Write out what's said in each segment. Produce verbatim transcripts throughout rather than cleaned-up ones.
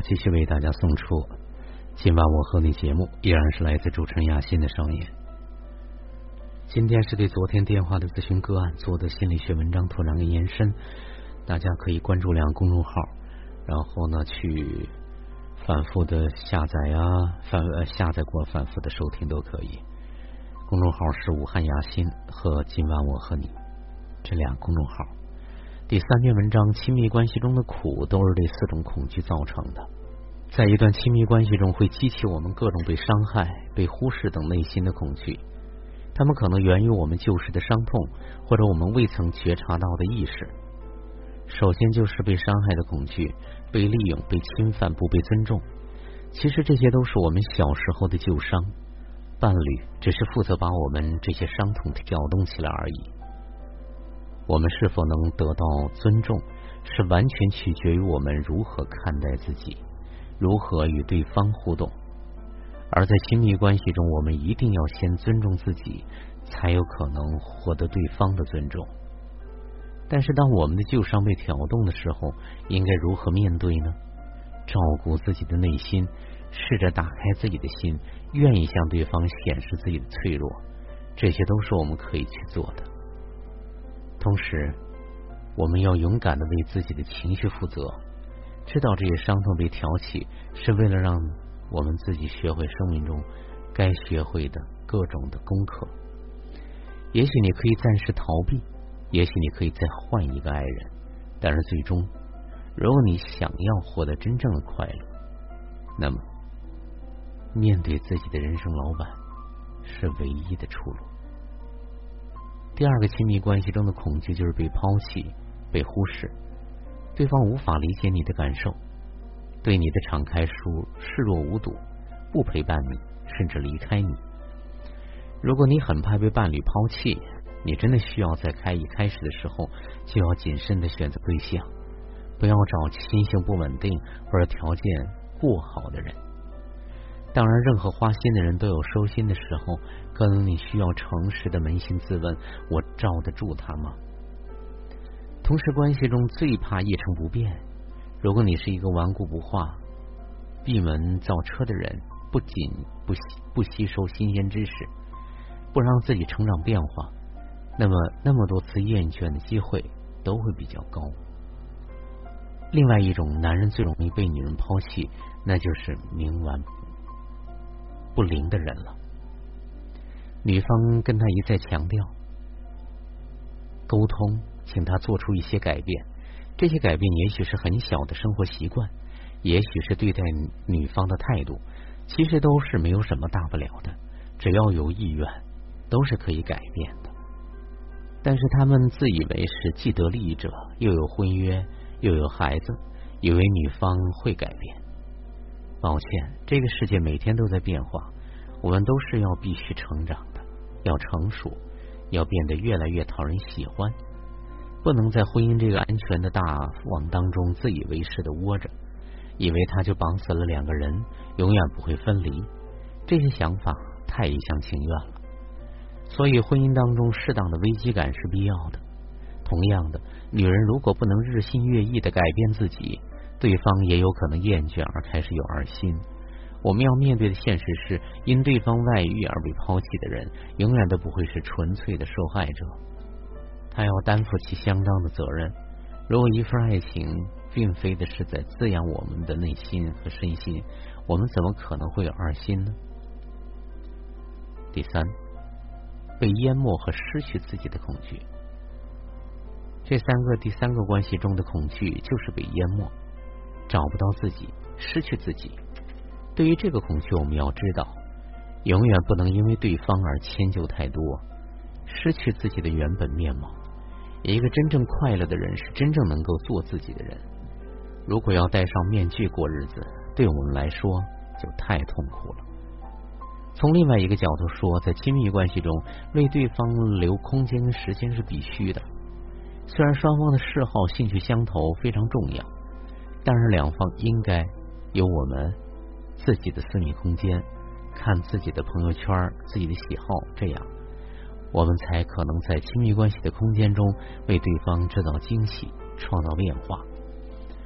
继续为大家送出今晚我和你节目，依然是来自主持人亚欣的声音。今天是对昨天电话的咨询个案做的心理学文章拓展跟延伸，大家可以关注两个公众号，然后呢去反复的下载啊，反呃下载过反复的收听都可以。公众号是武汉亚欣和今晚我和你这两个公众号。第三篇文章，亲密关系中的苦都是这四种恐惧造成的。在一段亲密关系中会激起我们各种被伤害、被忽视等内心的恐惧，它们可能源于我们旧时的伤痛，或者我们未曾觉察到的意识。首先就是被伤害的恐惧，被利用、被侵犯、不被尊重。其实这些都是我们小时候的旧伤，伴侣只是负责把我们这些伤痛搅动起来而已。我们是否能得到尊重，是完全取决于我们如何看待自己，如何与对方互动。而在亲密关系中，我们一定要先尊重自己，才有可能获得对方的尊重。但是当我们的旧伤被挑动的时候，应该如何面对呢？照顾自己的内心，试着打开自己的心，愿意向对方显示自己的脆弱，这些都是我们可以去做的。同时我们要勇敢地为自己的情绪负责，知道这些伤痛被挑起是为了让我们自己学会生命中该学会的各种的功课。也许你可以暂时逃避，也许你可以再换一个爱人，但是最终如果你想要获得真正的快乐，那么面对自己的人生老板是唯一的出路。第二个亲密关系中的恐惧就是被抛弃、被忽视，对方无法理解你的感受，对你的敞开书视若无睹，不陪伴你，甚至离开你。如果你很怕被伴侣抛弃，你真的需要在开一开始的时候就要谨慎的选择对象，不要找心性不稳定或者条件过好的人。当然任何花心的人都有收心的时候，可能你需要诚实的扪心自问，我罩得住他吗？同时关系中最怕一成不变，如果你是一个顽固不化、闭门造车的人，不仅不不吸收新鲜知识，不让自己成长变化，那么那么多次厌倦的机会都会比较高。另外一种男人最容易被女人抛弃，那就是冥顽不灵的人了。女方跟他一再强调沟通，请他做出一些改变，这些改变也许是很小的生活习惯，也许是对待女方的态度，其实都是没有什么大不了的，只要有意愿都是可以改变的。但是他们自以为是既得利益者，又有婚约，又有孩子，以为女方会改变。抱歉，这个世界每天都在变化，我们都是要必须成长的，要成熟，要变得越来越讨人喜欢，不能在婚姻这个安全的大网当中自以为是的窝着，以为他就绑死了两个人，永远不会分离。这些想法太一厢情愿了。所以婚姻当中适当的危机感是必要的。同样的，女人如果不能日新月异的改变自己，对方也有可能厌倦而开始有二心。我们要面对的现实是，因对方外遇而被抛弃的人永远都不会是纯粹的受害者，他要担负起相当的责任。如果一份爱情并非的是在滋养我们的内心和身心，我们怎么可能会有二心呢？第三，被淹没和失去自己的恐惧。这三个第三个关系中的恐惧就是被淹没，找不到自己，失去自己。对于这个恐惧，我们要知道，永远不能因为对方而迁就太多，失去自己的原本面貌。一个真正快乐的人是真正能够做自己的人。如果要戴上面具过日子，对我们来说就太痛苦了。从另外一个角度说，在亲密关系中，为对方留空间跟时间是必须的。虽然双方的嗜好、兴趣相投非常重要，但是两方应该有我们自己的私密空间，看自己的朋友圈、自己的喜好，这样我们才可能在亲密关系的空间中为对方制造惊喜，创造变化。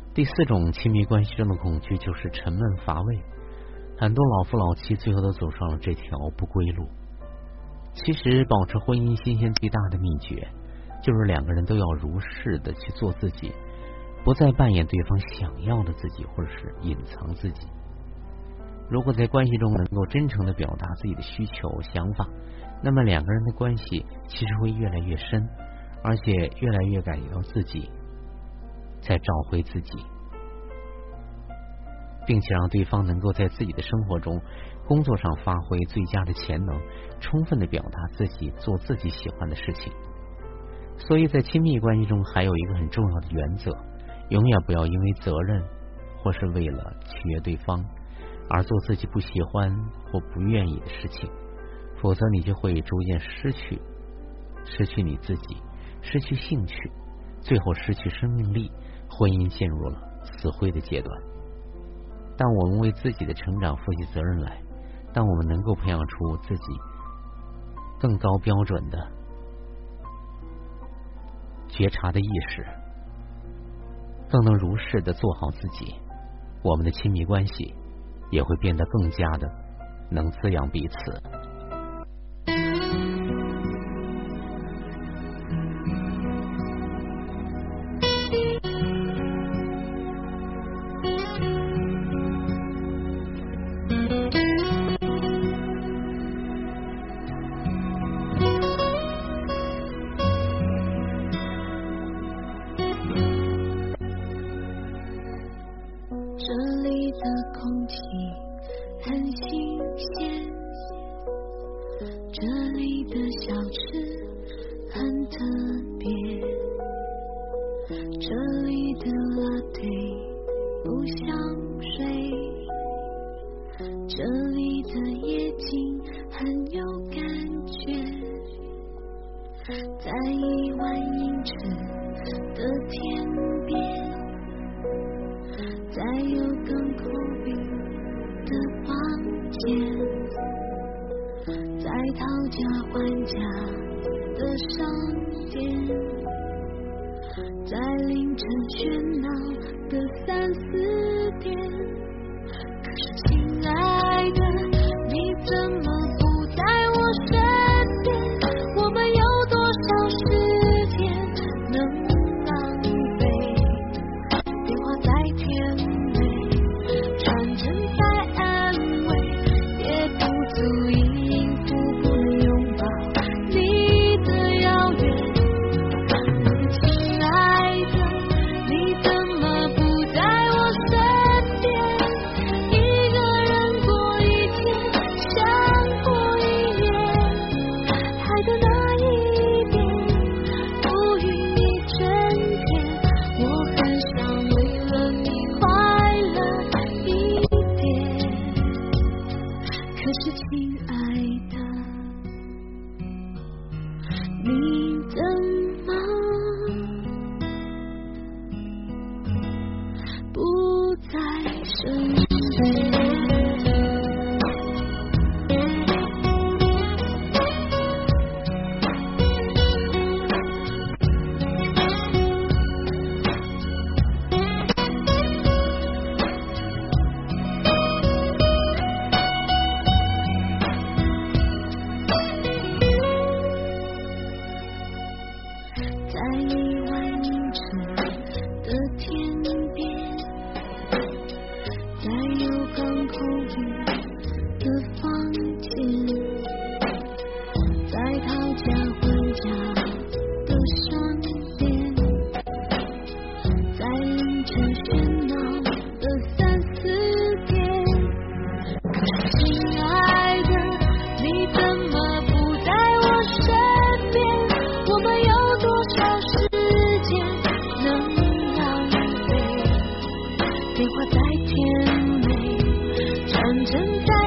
第四种亲密关系中的恐惧就是沉闷乏味，很多老夫老妻最后都走上了这条不归路。其实保持婚姻新鲜最大的秘诀就是两个人都要如实的去做自己，不再扮演对方想要的自己或者是隐藏自己。如果在关系中能够真诚的表达自己的需求想法，那么两个人的关系其实会越来越深，而且越来越感觉到自己在找回自己，并且让对方能够在自己的生活中工作上发挥最佳的潜能，充分的表达自己，做自己喜欢的事情。所以在亲密关系中还有一个很重要的原则，永远不要因为责任或是为了取悦对方而做自己不喜欢或不愿意的事情，否则你就会逐渐失去失去你自己，失去兴趣，最后失去生命力，婚姻进入了死灰的阶段。当我们为自己的成长负起责任来，当我们能够培养出自己更高标准的觉察的意识，更能如实的做好自己，我们的亲密关系也会变得更加的能滋养彼此。 这里的空气很新鲜，这里的小吃很特别，这里的 latte 不像水，这里的夜景很有感觉，在一万英尺的天边，在有更空灵的房间，在讨价还价的商店，在凌晨喧闹的三四点。可是亲爱的，你怎么不在我身边？我们有多少时间能浪费？电话在甜美，传真在安慰，也不足以应付不能拥抱你的遥远。亲爱的，你怎么不在我身边？一个人过一天，像过一年，爱的那一边，乌云一整天，我很想为了你快乐一点。可是亲爱的，你怎么不在身边？在一万英尺的天边，在有港口里的房间，在讨价还价的商店，在凌晨喧闹的三四点。可是亲爱的，你怎么不在我身边？我们有多少时间能浪费？电话再甜美，传真再